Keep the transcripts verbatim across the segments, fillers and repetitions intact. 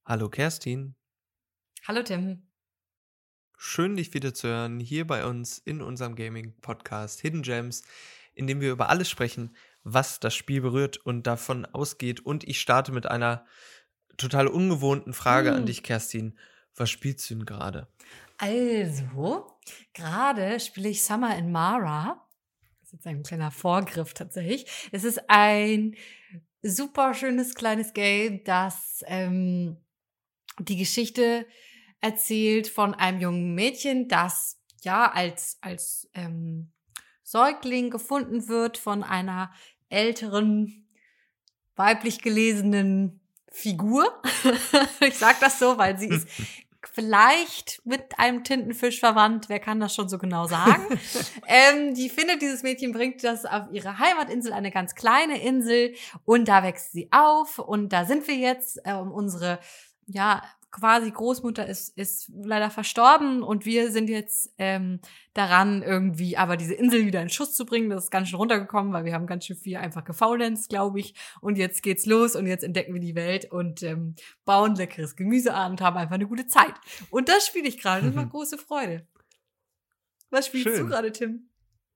Hallo Kerstin, Hallo Tim. schön dich wieder zu hören hier bei uns in unserem Gaming-Podcast Hidden Gems, in dem wir über alles sprechen, was das Spiel berührt und davon ausgeht. Und ich starte mit einer total ungewohnten Frage an Hm. dich, Kerstin. Was spielst du denn gerade? Also, gerade spiele ich Summer in Mara. Das ist jetzt ein kleiner Vorgriff tatsächlich. Es ist ein super schönes kleines Game, das ähm, die Geschichte erzählt von einem jungen Mädchen, das ja als, als ähm, Säugling gefunden wird von einer älteren, weiblich gelesenen Figur. Ich sag das so, weil sie ist vielleicht mit einem Tintenfisch verwandt. Wer kann das schon so genau sagen? ähm, die findet dieses Mädchen, bringt das auf ihre Heimatinsel, eine ganz kleine Insel. Und da wächst sie auf. Und da sind wir jetzt. Ähm, unsere, ja, quasi Großmutter ist, ist leider verstorben. Und wir sind jetzt ähm, daran, irgendwie aber diese Insel wieder in Schuss zu bringen. Das ist ganz schön runtergekommen, weil wir haben ganz schön viel einfach gefaulenzt, glaube ich. Und jetzt geht's los und jetzt entdecken wir die Welt und ähm, bauen leckeres Gemüse an und haben einfach eine gute Zeit. Und das spiele ich gerade. Das macht große Freude. Was spielst Schön. du gerade, Tim?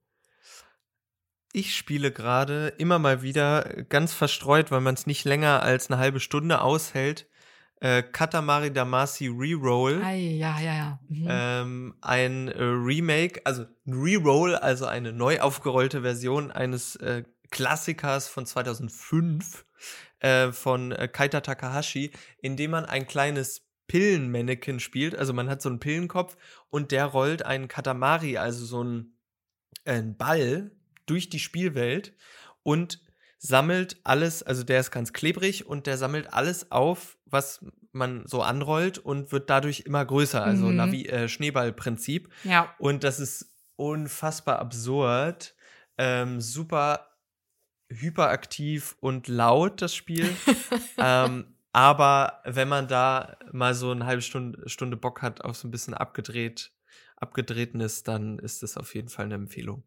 Ich spiele gerade immer mal wieder ganz verstreut, weil man es nicht länger als eine halbe Stunde aushält, äh, Katamari Damacy Reroll. Ei, ja, ja, ja. Mhm. Ähm, ein äh, Remake, also ein Reroll, also eine neu aufgerollte Version eines äh, Klassikers von zweitausendfünf äh, von äh, Keita Takahashi, in dem man ein kleines Pillenmannequin spielt. Also man hat so einen Pillenkopf und der rollt einen Katamari, also so einen, äh, einen Ball durch die Spielwelt und sammelt alles, also der ist ganz klebrig und der sammelt alles auf, was man so anrollt und wird dadurch immer größer, also Mhm. Lavi äh, Schneeballprinzip. Ja. Und das ist unfassbar absurd, ähm, super hyperaktiv und laut, das Spiel. ähm, aber wenn man da mal so eine halbe Stunde, Stunde Bock hat auf so ein bisschen abgedreht, abgedrehtenes, dann ist das auf jeden Fall eine Empfehlung.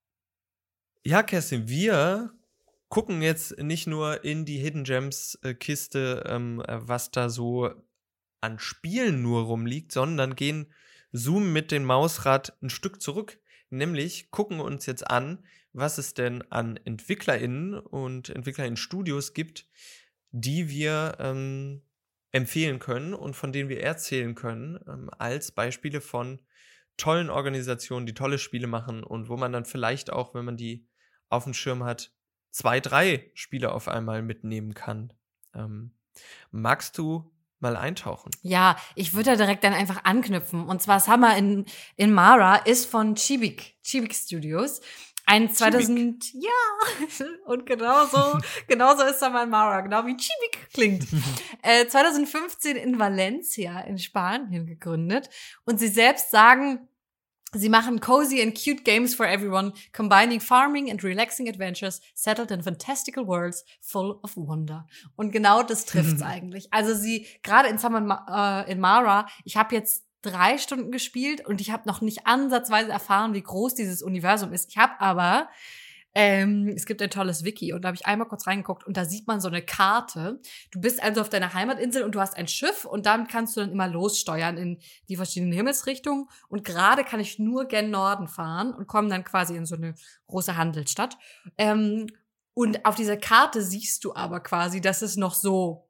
Ja, Kerstin, wir gucken jetzt nicht nur in die Hidden Gems äh, Kiste, ähm, äh, was da so an Spielen nur rumliegt, sondern gehen zoomen mit dem Mausrad ein Stück zurück, nämlich gucken uns jetzt an, was es denn an EntwicklerInnen und EntwicklerInnen-Studios gibt, die wir ähm, empfehlen können und von denen wir erzählen können, ähm, als Beispiele von tollen Organisationen, die tolle Spiele machen und wo man dann vielleicht auch, wenn man die auf dem Schirm hat, zwei, drei Spiele auf einmal mitnehmen kann. Ähm, magst du mal eintauchen? Ja, ich würde da direkt dann einfach anknüpfen. Und zwar Summer in, in Mara ist von Chibik, Chibik Studios. Ein zweitausend, ja, und genauso, genauso ist Summer in Mara, genau wie Chibik klingt. äh, zweitausendfünfzehn in Valencia in Spanien gegründet. Und sie selbst sagen, sie machen cozy and cute games for everyone, combining farming and relaxing adventures settled in fantastical worlds full of wonder. Und genau das trifft's eigentlich. Also sie, gerade in Summer in, Ma- äh, in Mara, ich habe jetzt drei Stunden gespielt und ich habe noch nicht ansatzweise erfahren, wie groß dieses Universum ist. Ich habe aber ähm, es gibt ein tolles Wiki und da habe ich einmal kurz reingeguckt und da sieht man so eine Karte. Du bist also auf deiner Heimatinsel und du hast ein Schiff und damit kannst du dann immer lossteuern in die verschiedenen Himmelsrichtungen. Und gerade kann ich nur gen Norden fahren und komme dann quasi in so eine große Handelsstadt. Ähm, und auf dieser Karte siehst du aber quasi, dass es noch so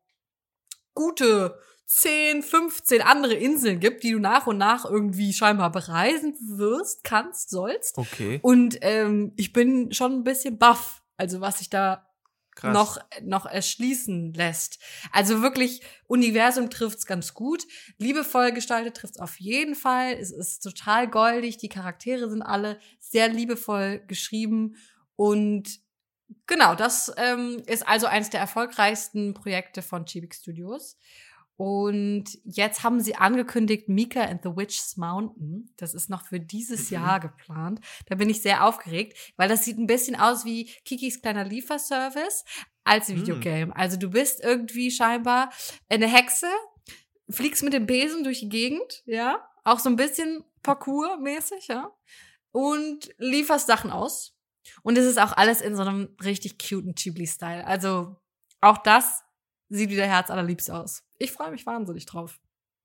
gute zehn, fünfzehn andere Inseln gibt, die du nach und nach irgendwie scheinbar bereisen wirst, kannst, sollst. Okay. Und ähm, ich bin schon ein bisschen baff, also was sich da Krass. noch noch erschließen lässt. Also wirklich, Universum trifft's ganz gut. Liebevoll gestaltet trifft's auf jeden Fall. Es ist total goldig. Die Charaktere sind alle sehr liebevoll geschrieben. Und genau, das ähm, ist also eines der erfolgreichsten Projekte von Chibik Studios. Und jetzt haben sie angekündigt, Mika and the Witch's Mountain. Das ist noch für dieses Mhm. Jahr geplant. Da bin ich sehr aufgeregt, weil das sieht ein bisschen aus wie Kikis kleiner Lieferservice als Videogame. Also du bist irgendwie scheinbar eine Hexe, fliegst mit dem Besen durch die Gegend, ja, auch so ein bisschen Parkour-mäßig, ja, und lieferst Sachen aus. Und es ist auch alles in so einem richtig cuten Ghibli-Style. Also auch das sieht wieder herzallerliebst aus. ich freue mich wahnsinnig drauf.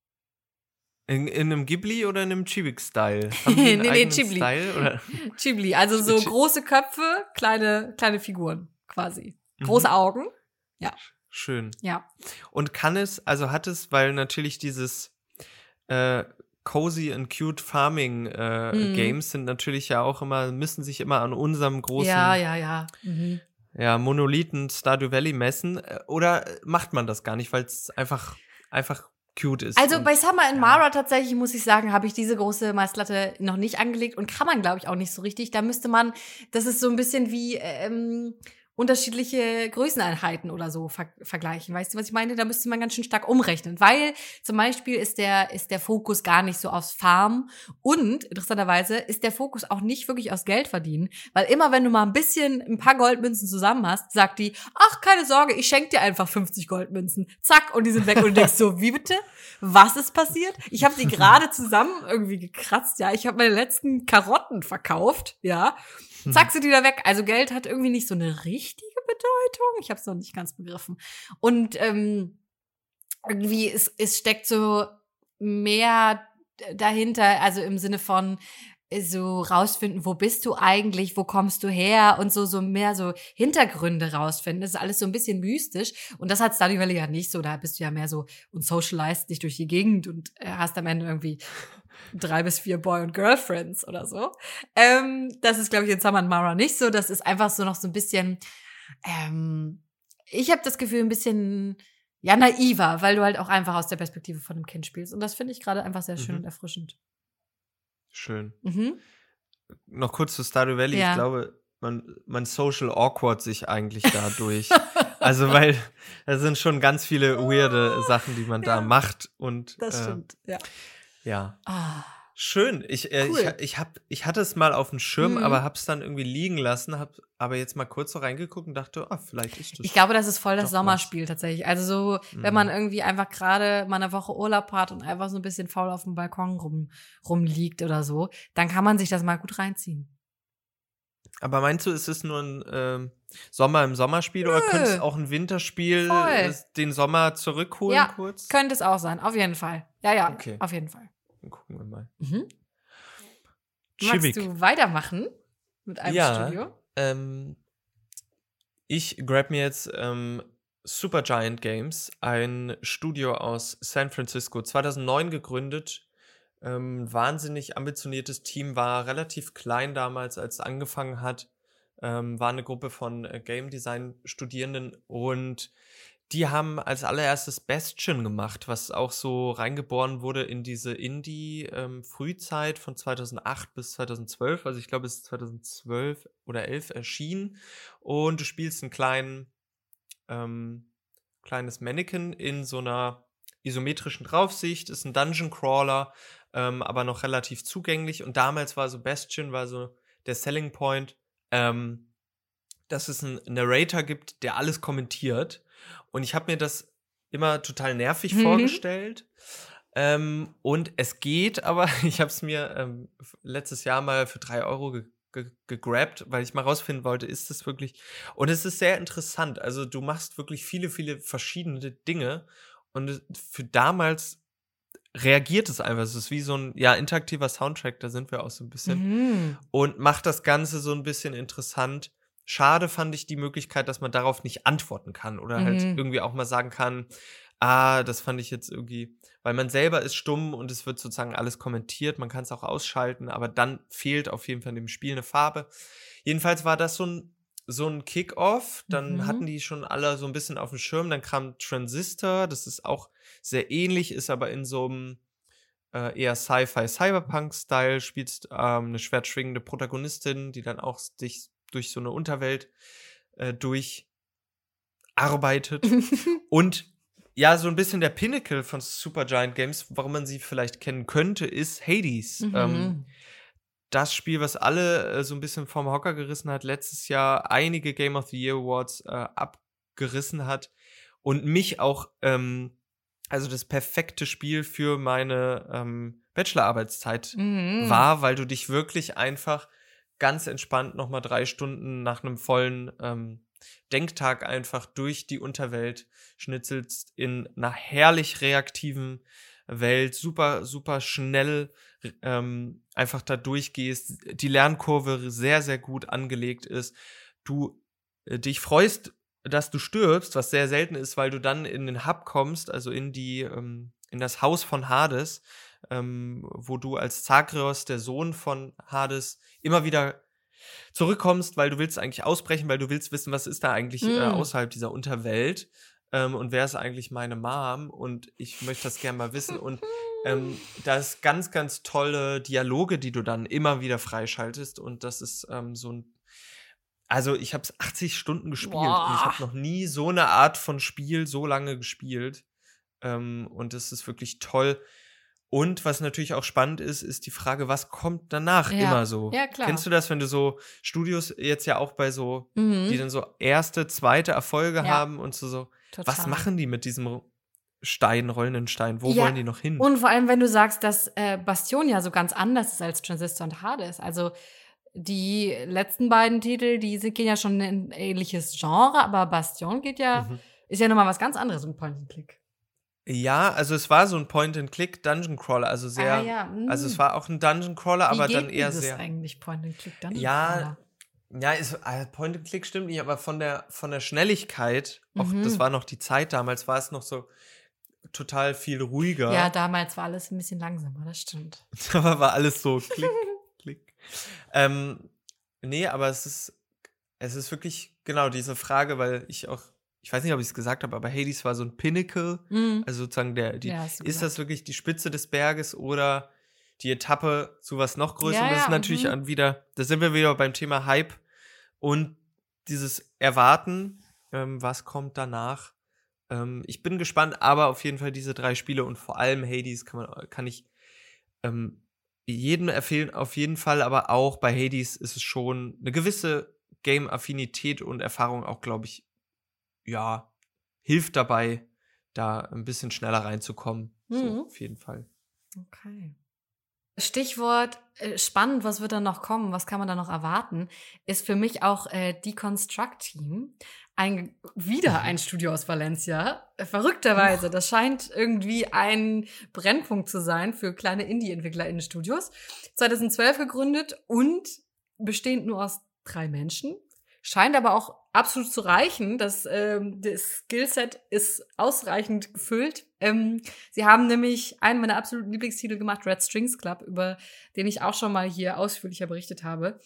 In, in einem Ghibli oder in einem Chibik-Style? Haben die einen nee, nee, eigenen Ghibli. Style? Oder? Ghibli, also so große Köpfe, kleine, kleine Figuren quasi. Große Mhm. Augen. Ja. Schön. Ja. Und kann es, also hat es, weil natürlich dieses äh, cozy and cute Farming äh, Mhm. Games sind natürlich ja auch immer, müssen sich immer an unserem großen Ja, ja, ja. Mhm. ja, Monolithen Stardew Valley messen. Äh, Oder macht man das gar nicht, weil es einfach, einfach cute ist? Also und, bei Summer in ja. Mara tatsächlich, muss ich sagen, habe ich diese große Messlatte noch nicht angelegt und kann man, glaube ich, auch nicht so richtig. Da müsste man, das ist so ein bisschen wie ähm, unterschiedliche Größeneinheiten oder so ver- vergleichen. Weißt du, was ich meine? Da müsste man ganz schön stark umrechnen, weil zum Beispiel ist der, ist der Fokus gar nicht so aufs Farmen und interessanterweise ist der Fokus auch nicht wirklich aufs Geld verdienen, weil immer wenn du mal ein bisschen, ein paar Goldmünzen zusammen hast, sagt die, ach, keine Sorge, ich schenke dir einfach fünfzig Goldmünzen. Zack, und die sind weg und du denkst so, wie bitte? Was ist passiert? Ich habe die gerade zusammen irgendwie gekratzt, ja. Ich habe meine letzten Karotten verkauft, ja. Zack, sind die wieder weg. Also Geld hat irgendwie nicht so eine richtige Bedeutung. Ich habe es noch nicht ganz begriffen. Und ähm, irgendwie, es, es steckt so mehr dahinter, also im Sinne von so rausfinden, wo bist du eigentlich, wo kommst du her und so so mehr so Hintergründe rausfinden. Das ist alles so ein bisschen mystisch und das hat Stardew Valley ja nicht so. Da bist du ja mehr so und socialized dich durch die Gegend und hast am Ende irgendwie drei bis vier Boy- und Girlfriends oder so. Ähm, das ist, glaube ich, in Summer and Mara nicht so. Das ist einfach so noch so ein bisschen ähm, ich habe das Gefühl, ein bisschen ja naiver, weil du halt auch einfach aus der Perspektive von einem Kind spielst und das finde ich gerade einfach sehr schön Mhm. und erfrischend. Schön. Mhm. Noch kurz zu Stardew Valley. Ja. Ich glaube, man, man social awkward sich eigentlich dadurch. Also, weil da sind schon ganz viele weirde Sachen, die man Ja. da macht. Und Das äh, stimmt, ja. ja. Ah. Schön. Ich, äh, Cool. ich, ich, hab, ich hatte es mal auf dem Schirm, Mhm. aber hab's dann irgendwie liegen lassen, hab aber jetzt mal kurz so reingeguckt und dachte, ah, vielleicht ist das. Ich glaube, das ist voll das doch Sommerspiel tatsächlich. Also so, wenn Mhm. man irgendwie einfach gerade mal eine Woche Urlaub hat und einfach so ein bisschen faul auf dem Balkon rum, rumliegt oder so, dann kann man sich das mal gut reinziehen. Aber meinst du, ist es nur ein ähm, Sommer im Sommerspiel oder könnte es auch ein Winterspiel Voll. äh, den Sommer zurückholen Ja, kurz? könnte es auch sein, auf jeden Fall. Ja, ja, Okay. auf jeden Fall. Dann gucken wir mal. Mhm. Chibik. Magst du weitermachen mit einem Ja. Studio? Ähm, ich grab mir jetzt ähm, Supergiant Games, ein Studio aus San Francisco, zweitausendneun gegründet. Ähm, wahnsinnig ambitioniertes Team, war relativ klein damals, als es angefangen hat. Ähm, war eine Gruppe von äh, Game Design Studierenden und die haben als allererstes Bastion gemacht, was auch so reingeboren wurde in diese Indie-Frühzeit von zweitausendacht bis zweitausendzwölf. Also ich glaube, es ist zweitausendzwölf oder elf erschienen. Und du spielst einen kleinen, ähm, kleines Mannequin in so einer isometrischen Draufsicht. Ist ein Dungeon Crawler, ähm, aber noch relativ zugänglich. Und damals war so Bastion, war so der Selling Point, ähm, dass es einen Narrator gibt, der alles kommentiert. Und ich habe mir das immer total nervig Mhm. vorgestellt. Ähm, und es geht, aber ich habe es mir ähm, f- letztes Jahr mal für drei Euro ge ge gegrabt, weil ich mal rausfinden wollte, ist das wirklich. Und es ist sehr interessant. Also du machst wirklich viele, viele verschiedene Dinge. Und es- für damals reagiert es einfach. Es ist wie so ein ja, interaktiver Soundtrack, da sind wir auch so ein bisschen. Mhm. Und macht das Ganze so ein bisschen interessant. Schade fand ich die Möglichkeit, dass man darauf nicht antworten kann oder halt Mhm. irgendwie auch mal sagen kann, ah, das fand ich jetzt irgendwie, weil man selber ist stumm und es wird sozusagen alles kommentiert, man kann es auch ausschalten, aber dann fehlt auf jeden Fall in dem Spiel eine Farbe. Jedenfalls war das so ein, so ein Kick-Off, dann Mhm. hatten die schon alle so ein bisschen auf dem Schirm, dann kam Transistor, das ist auch sehr ähnlich, ist aber in so einem äh, eher Sci-Fi-Cyberpunk-Style, spielst ähm, eine schwertschwingende Protagonistin, die dann auch dich durch so eine Unterwelt äh, durcharbeitet. Und ja, so ein bisschen der Pinnacle von Supergiant Games, warum man sie vielleicht kennen könnte, ist Hades. Mhm. Ähm, das Spiel, was alle äh, so ein bisschen vom Hocker gerissen hat, letztes Jahr einige Game of the Year Awards äh, abgerissen hat und mich auch, ähm, also das perfekte Spiel für meine ähm, Bachelorarbeitszeit Mhm. war, weil du dich wirklich einfach ganz entspannt nochmal drei Stunden nach einem vollen ähm, Denktag einfach durch die Unterwelt schnitzelst in einer herrlich reaktiven Welt, super, super schnell ähm, einfach da durchgehst, die Lernkurve sehr, sehr gut angelegt ist, du äh, dich freust, dass du stirbst, was sehr selten ist, weil du dann in den Hub kommst, also in die, ähm, in das Haus von Hades, ähm, wo du als Zagreus, der Sohn von Hades, immer wieder zurückkommst, weil du willst eigentlich ausbrechen, weil du willst wissen, was ist da eigentlich äh, Mm. außerhalb dieser Unterwelt ähm, und wer ist eigentlich meine Mom und ich möchte das gerne mal wissen und ähm, da ist ganz, ganz tolle Dialoge, die du dann immer wieder freischaltest und das ist ähm, so ein also ich habe es achtzig Stunden gespielt und ich Boah. habe noch nie so eine Art von Spiel so lange gespielt ähm, und das ist wirklich toll. Und was natürlich auch spannend ist, ist die Frage, was kommt danach Ja. immer so? Ja, klar. Kennst du das, wenn du so Studios jetzt ja auch bei so, Mhm. die dann so erste, zweite Erfolge Ja. haben und so, so Total. was machen die mit diesem Stein, rollenden Stein? Wo Ja, wollen die noch hin? Und vor allem, wenn du sagst, dass äh, Bastion ja so ganz anders ist als Transistor und Hades. Also die letzten beiden Titel, die sind, gehen ja schon in ein ähnliches Genre, aber Bastion geht ja, Mhm. ist ja nochmal was ganz anderes, ein Point-and-Click. Ja, also es war so ein Point-and-Click-Dungeon-Crawler, also sehr, Ah, ja. mm. also es war auch ein Dungeon-Crawler, Wie aber geht dann eher dieses sehr. eigentlich Point-and-Click dann? Ja, ja, ist, äh, Point-and-Click stimmt nicht, aber von der, von der Schnelligkeit, auch Mhm. das war noch die Zeit damals, war es noch so total viel ruhiger. Ja, damals war alles ein bisschen langsamer, das stimmt. Da war alles so klick, klick. Ähm, nee, aber es ist, es ist wirklich genau diese Frage, weil ich auch, ich weiß nicht, ob ich es gesagt habe, aber Hades war so ein Pinnacle, Mhm. also sozusagen der, die, Ja, hast du ist gesagt. das wirklich die Spitze des Berges oder die Etappe zu was noch Größerem? Ja, Das ist ja, natürlich mhm. an wieder, da sind wir wieder beim Thema Hype und dieses Erwarten, ähm, was kommt danach. Ähm, ich bin gespannt, aber auf jeden Fall diese drei Spiele und vor allem Hades kann man, kann ich ähm, jedem empfehlen, auf jeden Fall, aber auch bei Hades ist es schon eine gewisse Game-Affinität und Erfahrung auch, glaube ich, ja, hilft dabei, da ein bisschen schneller reinzukommen. Mhm. So, auf jeden Fall. Okay. Stichwort äh, spannend, was wird da noch kommen, was kann man da noch erwarten, ist für mich auch äh, Deconstruct Team. Ein, wieder ein Studio aus Valencia. Äh, verrückterweise, das scheint irgendwie ein Brennpunkt zu sein für kleine Indie-EntwicklerInnen-Studios. zweitausendzwölf gegründet und bestehend nur aus drei Menschen. Scheint aber auch absolut zu reichen. Das, ähm, das Skillset ist ausreichend gefüllt. Ähm, sie haben nämlich einen meiner absoluten Lieblingstitel gemacht, Red Strings Club, über den ich auch schon mal hier ausführlicher berichtet habe.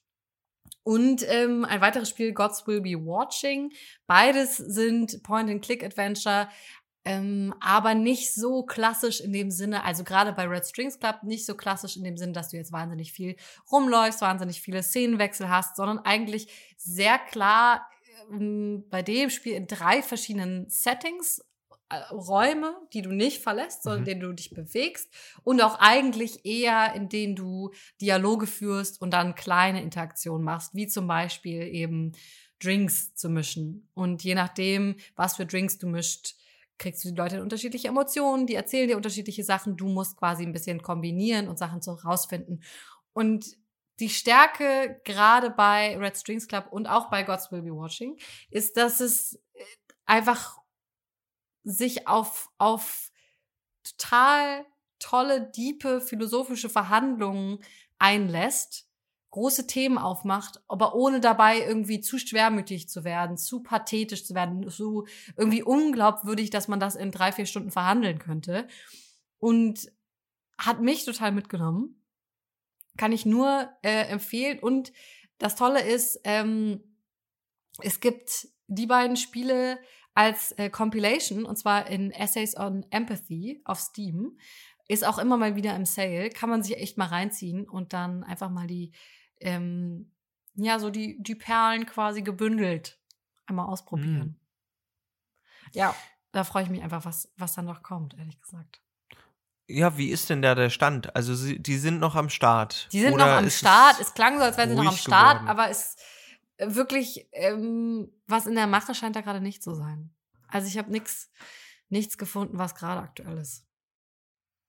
Und ähm, ein weiteres Spiel, Gods Will Be Watching. Beides sind Point-and-Click-Adventure, ähm, aber nicht so klassisch in dem Sinne, also gerade bei Red Strings Club nicht so klassisch in dem Sinne, dass du jetzt wahnsinnig viel rumläufst, wahnsinnig viele Szenenwechsel hast, sondern eigentlich sehr klar ähm, bei dem Spiel in drei verschiedenen Settings, äh, Räume, die du nicht verlässt, sondern Mhm. in denen du dich bewegst und auch eigentlich eher in denen du Dialoge führst und dann kleine Interaktionen machst, wie zum Beispiel eben Drinks zu mischen. Und je nachdem, was für Drinks du mischt, kriegst du die Leute in unterschiedliche Emotionen, die erzählen dir unterschiedliche Sachen, du musst quasi ein bisschen kombinieren und Sachen so rausfinden. Und die Stärke gerade bei Red Strings Club und auch bei Gods Will Be Watching ist, dass es einfach sich auf, auf total tolle, diepe, philosophische Verhandlungen einlässt, große Themen aufmacht, aber ohne dabei irgendwie zu schwermütig zu werden, zu pathetisch zu werden, so irgendwie unglaubwürdig, dass man das in drei, vier Stunden verhandeln könnte. Und hat mich total mitgenommen. Kann ich nur äh, empfehlen. Und das Tolle ist, ähm, es gibt die beiden Spiele als äh, Compilation, und zwar in Essays on Empathy auf Steam. Ist auch immer mal wieder im Sale. Kann man sich echt mal reinziehen und dann einfach mal die Ähm, ja, so die, die Perlen quasi gebündelt einmal ausprobieren. Mm. Ja, da freue ich mich einfach, was, was dann noch kommt, ehrlich gesagt. Ja, wie ist denn da der Stand? Also sie, die sind noch am Start. Die sind Oder noch am ist Start. es Es klang so, als wären sie noch am ruhig Start, geworden? aber es wirklich, ähm, was in der Mache scheint da gerade nicht zu sein. Also ich habe nichts nichts gefunden, was gerade aktuell ist.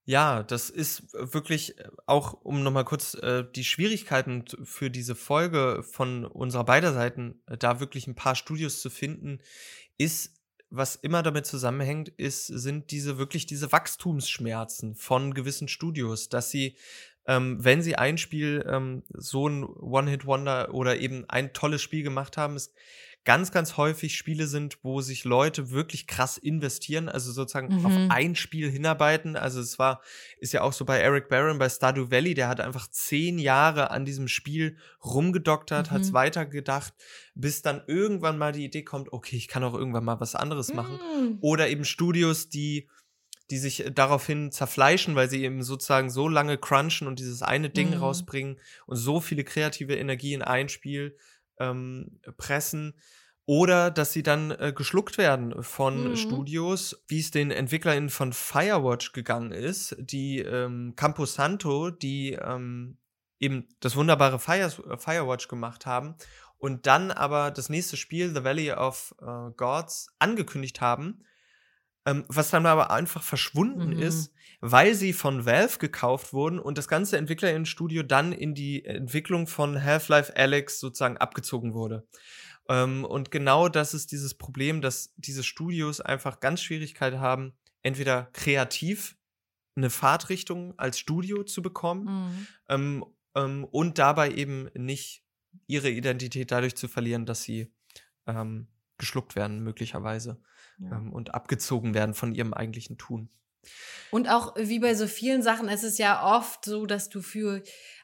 Ja, das ist wirklich auch, um nochmal kurz äh, die Schwierigkeiten für diese Folge von unserer beider Seiten, äh, da wirklich ein paar Studios zu finden, ist, was immer damit zusammenhängt, ist, sind diese wirklich diese Wachstumsschmerzen von gewissen Studios, dass sie, ähm, wenn sie ein Spiel, ähm, so ein One-Hit-Wonder oder eben ein tolles Spiel gemacht haben, es ganz, ganz häufig Spiele sind, wo sich Leute wirklich krass investieren, also sozusagen auf Mhm. ein Spiel hinarbeiten. Also es war, ist ja auch so bei Eric Barron, bei Stardew Valley, der hat einfach zehn Jahre an diesem Spiel rumgedoktert, hat's Mhm. weitergedacht, bis dann irgendwann mal die Idee kommt, okay, ich kann auch irgendwann mal was anderes machen. Mm. Oder eben Studios, die die sich daraufhin zerfleischen, weil sie eben sozusagen so lange crunchen und dieses eine Ding Mhm. rausbringen und so viele kreative Energie in ein Spiel ähm, pressen. Oder dass sie dann äh, geschluckt werden von Mhm. Studios, wie es den EntwicklerInnen von Firewatch gegangen ist, die ähm, Campo Santo, die ähm, eben das wunderbare Fire, Firewatch gemacht haben und dann aber das nächste Spiel, The Valley of äh, Gods, angekündigt haben, ähm, was dann aber einfach verschwunden Mhm. ist, weil sie von Valve gekauft wurden und das ganze EntwicklerInnen-Studio dann in die Entwicklung von Half-Life Alyx sozusagen abgezogen wurde. Ähm, und genau das ist dieses Problem, dass diese Studios einfach ganz Schwierigkeit haben, entweder kreativ eine Fahrtrichtung als Studio zu bekommen Mhm. ähm, ähm, und dabei eben nicht ihre Identität dadurch zu verlieren, dass sie ähm, geschluckt werden, möglicherweise, Ja. ähm, und abgezogen werden von ihrem eigentlichen Tun. Und auch wie bei so vielen Sachen ist es ja oft so, dass du für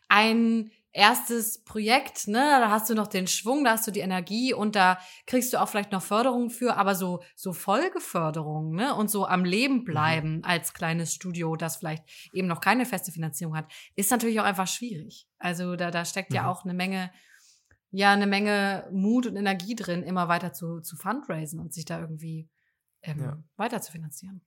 ein erstes Projekt, ne, da hast du noch den Schwung, da hast du die Energie und da kriegst du auch vielleicht noch Förderung für, aber so so Folgeförderung, ne, und so am Leben bleiben Mhm. als kleines Studio, das vielleicht eben noch keine feste Finanzierung hat, ist natürlich auch einfach schwierig. Also da da steckt ja Mhm. auch eine Menge ja, eine Menge Mut und Energie drin, immer weiter zu zu fundraisen und sich da irgendwie ähm, Ja. weiter zu finanzieren.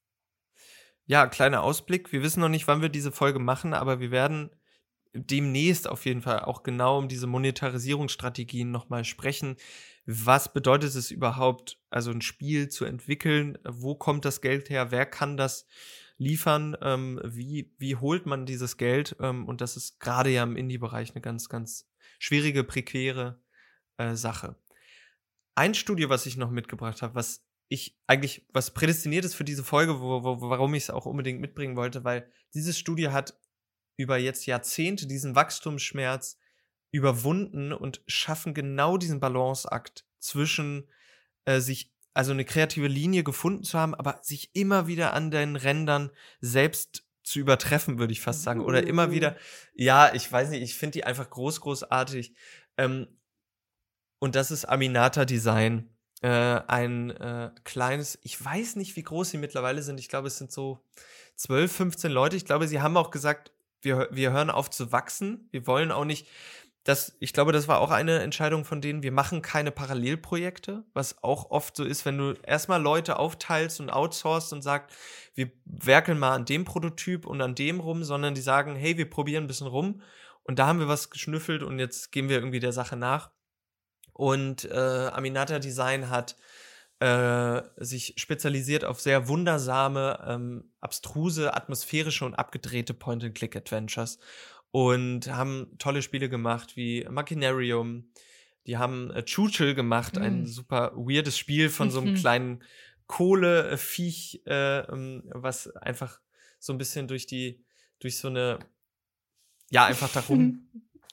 Ja, kleiner Ausblick. Wir wissen noch nicht, wann wir diese Folge machen, aber wir werden demnächst auf jeden Fall auch genau um diese Monetarisierungsstrategien nochmal sprechen. Was bedeutet es überhaupt, also ein Spiel zu entwickeln? Wo kommt das Geld her? Wer kann das liefern? Ähm, wie, wie holt man dieses Geld? Ähm, und das ist gerade ja im Indie-Bereich eine ganz, ganz schwierige, prekäre äh, Sache. Ein Studio, was ich noch mitgebracht habe, was ich eigentlich, was prädestiniert ist für diese Folge, wo, wo, warum ich es auch unbedingt mitbringen wollte, weil dieses Studio hat über jetzt Jahrzehnte diesen Wachstumsschmerz überwunden und schaffen genau diesen Balanceakt zwischen äh, sich, also eine kreative Linie gefunden zu haben, aber sich immer wieder an den Rändern selbst zu übertreffen, würde ich fast sagen. Oder immer wieder, ja, ich weiß nicht, ich finde die einfach groß, großartig. Ähm, und das ist Aminata Design. Äh, ein äh, kleines, ich weiß nicht, wie groß sie mittlerweile sind. Ich glaube, es sind so zwölf, fünfzehn Leute. Ich glaube, sie haben auch gesagt, wir, wir hören auf zu wachsen. Wir wollen auch nicht, das, ich glaube, das war auch eine Entscheidung von denen, wir machen keine Parallelprojekte, was auch oft so ist, wenn du erstmal Leute aufteilst und outsourcest und sagst, wir werkeln mal an dem Prototyp und an dem rum, sondern die sagen, hey, wir probieren ein bisschen rum und da haben wir was geschnüffelt und jetzt gehen wir irgendwie der Sache nach. Und äh, Aminata Design hat äh, sich spezialisiert auf sehr wundersame, ähm, abstruse, atmosphärische und abgedrehte Point-and-Click-Adventures und haben tolle Spiele gemacht wie Machinarium. Die haben äh, Choo-Chill gemacht, ein Mhm. super weirdes Spiel von so einem kleinen Kohleviech, äh, ähm, was einfach so ein bisschen durch die, durch so eine, ja, einfach da rum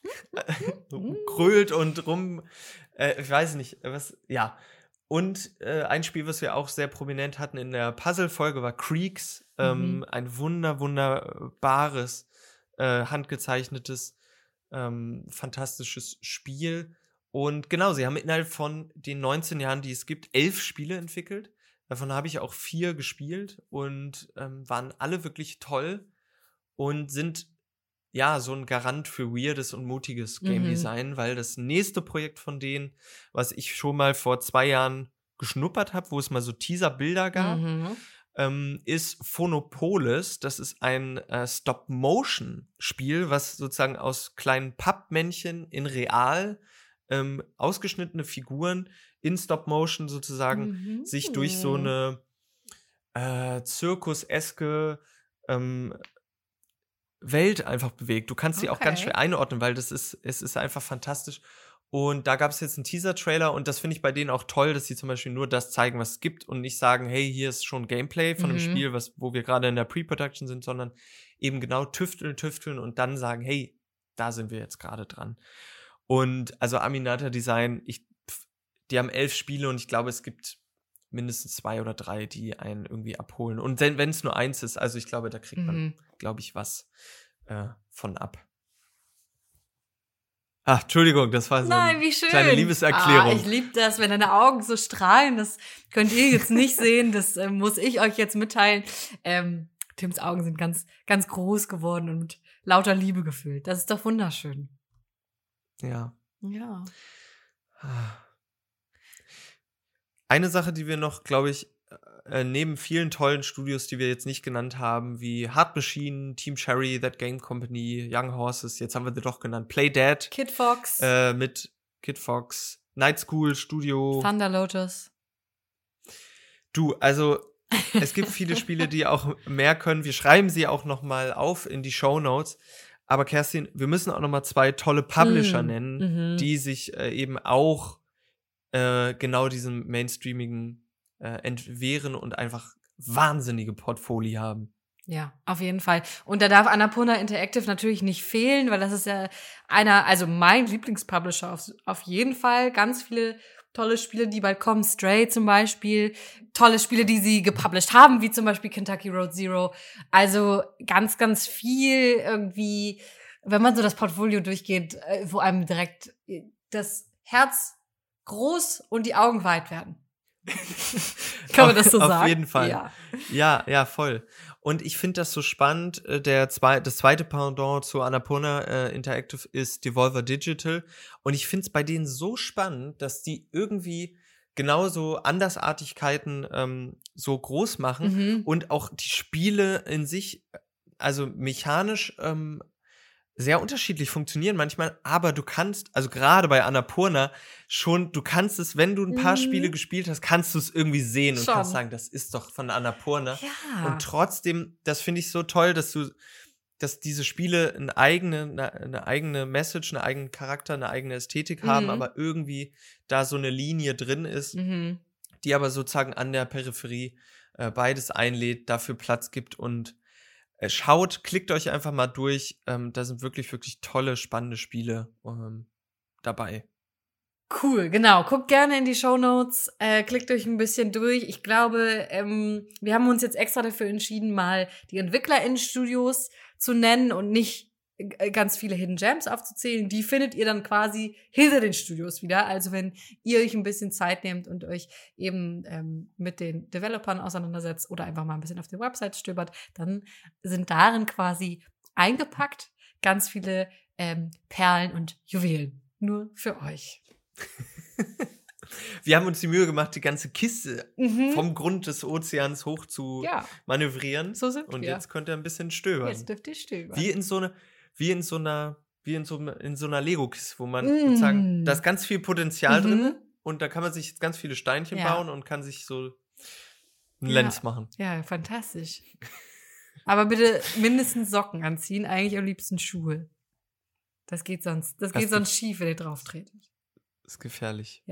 krölt und rum, äh, ich weiß nicht, was, ja. Und äh, ein Spiel, was wir auch sehr prominent hatten in der Puzzle-Folge, war Creeks. Ähm, Mhm. ein wunder, wunderbares, äh, handgezeichnetes, ähm, fantastisches Spiel. Und genau, sie haben innerhalb von den neunzehn Jahren, die es gibt, elf Spiele entwickelt. Davon habe ich auch vier gespielt und ähm, waren alle wirklich toll und sind ja, so ein Garant für weirdes und mutiges Game Mhm. Design, weil das nächste Projekt von denen, was ich schon mal vor zwei Jahren geschnuppert habe, wo es mal so Teaser-Bilder gab, Mhm. ähm, ist Phonopolis. Das ist ein äh, Stop-Motion-Spiel, was sozusagen aus kleinen Pappmännchen in real ähm, ausgeschnittene Figuren in Stop-Motion sozusagen Mhm. sich durch so eine äh, zirkuseske ähm, Welt einfach bewegt. Du kannst sie auch ganz Okay. schwer einordnen, weil das ist, es ist einfach fantastisch. Und da gab es jetzt einen Teaser-Trailer und das finde ich bei denen auch toll, dass sie zum Beispiel nur das zeigen, was es gibt und nicht sagen, hey, hier ist schon Gameplay von einem Mhm. Spiel, was, wo wir gerade in der Pre-Production sind, sondern eben genau tüfteln, tüfteln und dann sagen, hey, da sind wir jetzt gerade dran. Und also Aminata Design, ich, pf, die haben elf Spiele und ich glaube, es gibt mindestens zwei oder drei, die einen irgendwie abholen. Und wenn es nur eins ist, also ich glaube, da kriegt man, Mhm. glaube ich, was äh, von ab. Ach, Entschuldigung, das war so Nein, eine wie schön. kleine Liebeserklärung. Ah, ich liebe das, wenn deine Augen so strahlen. Das könnt ihr jetzt nicht sehen. Das äh, muss ich euch jetzt mitteilen. Ähm, Tims Augen sind ganz, ganz groß geworden und mit lauter Liebe gefüllt. Das ist doch wunderschön. Ja. Ja. Eine Sache, die wir noch, glaube ich, äh, neben vielen tollen Studios, die wir jetzt nicht genannt haben, wie Hard Machine, Team Cherry, That Game Company, Young Horses, jetzt haben wir sie doch genannt, Play Dead. Kid Fox. Äh, mit Kid Fox, Night School Studio. Thunder Lotus. Du, also es gibt viele Spiele, die auch mehr können. Wir schreiben sie auch noch mal auf in die Shownotes. Aber Kerstin, wir müssen auch noch mal zwei tolle Publisher Mm. nennen, Mhm. die sich äh, eben auch äh, genau diesem Mainstreamigen äh, entwehren und einfach wahnsinnige Portfolio haben. Ja, auf jeden Fall. Und da darf Annapurna Interactive natürlich nicht fehlen, weil das ist ja einer, also mein Lieblingspublisher auf, auf jeden Fall. Ganz viele tolle Spiele, die bald kommen. Stray zum Beispiel. Tolle Spiele, die sie gepublished haben, wie zum Beispiel Kentucky Road Zero. Also ganz, ganz viel irgendwie, wenn man so das Portfolio durchgeht, äh, wo einem direkt das Herz groß und die Augen weit werden. Kann man das so auf, sagen? Auf jeden Fall. Ja, ja, ja, voll. Und ich finde das so spannend. äh, Der zwei, das zweite Pendant zu Annapurna äh, Interactive ist Devolver Digital. Und ich finde es bei denen so spannend, dass die irgendwie genauso Andersartigkeiten ähm, so groß machen Mhm. und auch die Spiele in sich, also mechanisch ähm, sehr unterschiedlich funktionieren manchmal, aber du kannst, also gerade bei Annapurna schon, du kannst es, wenn du ein paar Mhm. Spiele gespielt hast, kannst du es irgendwie sehen und Schon. kannst sagen, das ist doch von Annapurna. Ja. Und trotzdem, das finde ich so toll, dass du, dass diese Spiele eine eigene, eine, eine eigene Message, einen eigenen Charakter, eine eigene Ästhetik haben, Mhm. aber irgendwie da so eine Linie drin ist, Mhm. die aber sozusagen an der Peripherie äh, beides einlädt, dafür Platz gibt und äh, schaut, klickt euch einfach mal durch. Ähm, da sind wirklich, wirklich tolle, spannende Spiele ähm, dabei. Cool, genau. Guckt gerne in die Shownotes, äh, klickt euch ein bisschen durch. Ich glaube, ähm, wir haben uns jetzt extra dafür entschieden, mal die EntwicklerInnen-Studios zu nennen und nicht äh, ganz viele Hidden Gems aufzuzählen. Die findet ihr dann quasi hinter den Studios wieder. Also wenn ihr euch ein bisschen Zeit nehmt und euch eben ähm, mit den Developern auseinandersetzt oder einfach mal ein bisschen auf der Website stöbert, dann sind darin quasi eingepackt ganz viele ähm, Perlen und Juwelen. Nur für euch. Wir haben uns die Mühe gemacht, die ganze Kiste Mhm. vom Grund des Ozeans hoch zu Ja, manövrieren. so sind Und wir. jetzt könnt ihr ein bisschen stöbern. Jetzt dürft ihr stöbern. Wie in so eine, wie in so einer, wie in so, in so einer Lego-Kiste, wo man Mm. sozusagen, da ist ganz viel Potenzial Mhm. drin und da kann man sich jetzt ganz viele Steinchen Ja. bauen und kann sich so einen Ja. Lens machen. Ja, fantastisch. Aber bitte mindestens Socken anziehen, eigentlich am liebsten Schuhe. Das geht sonst, das Das geht sonst schief, wenn ihr drauf tretet. Ist gefährlich.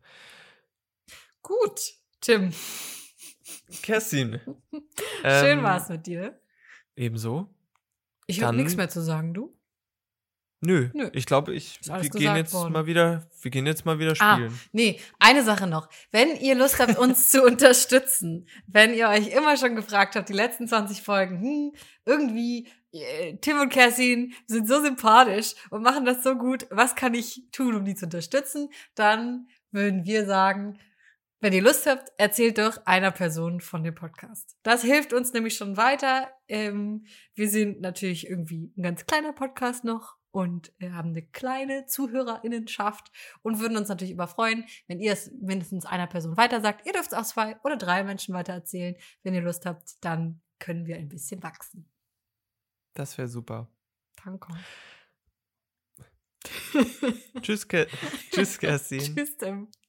Gut, Tim. Kerstin. Schön ähm, war's mit dir. Ebenso. Ich habe dann- nichts mehr zu sagen, du? Nö, Nö. ich glaube, ich, Ist alles wir gehen gesagt jetzt worden. mal wieder, wir gehen jetzt mal wieder Ah, spielen. nee, eine Sache noch. Wenn ihr Lust habt, uns zu unterstützen, wenn ihr euch immer schon gefragt habt, die letzten zwanzig Folgen, hm, irgendwie, äh, Tim und Kerstin sind so sympathisch und machen das so gut, was kann ich tun, um die zu unterstützen? Dann würden wir sagen, wenn ihr Lust habt, erzählt doch einer Person von dem Podcast. Das hilft uns nämlich schon weiter. Ähm, wir sind natürlich irgendwie ein ganz kleiner Podcast noch und äh, haben eine kleine ZuhörerInnenschaft und würden uns natürlich überfreuen, wenn ihr es mindestens einer Person weitersagt. Ihr dürft es auch zwei oder drei Menschen weitererzählen. Wenn ihr Lust habt, dann können wir ein bisschen wachsen. Das wäre super. Danke. Tschüss, Ke Tschüss, Kerstin. Tschüss, Tim.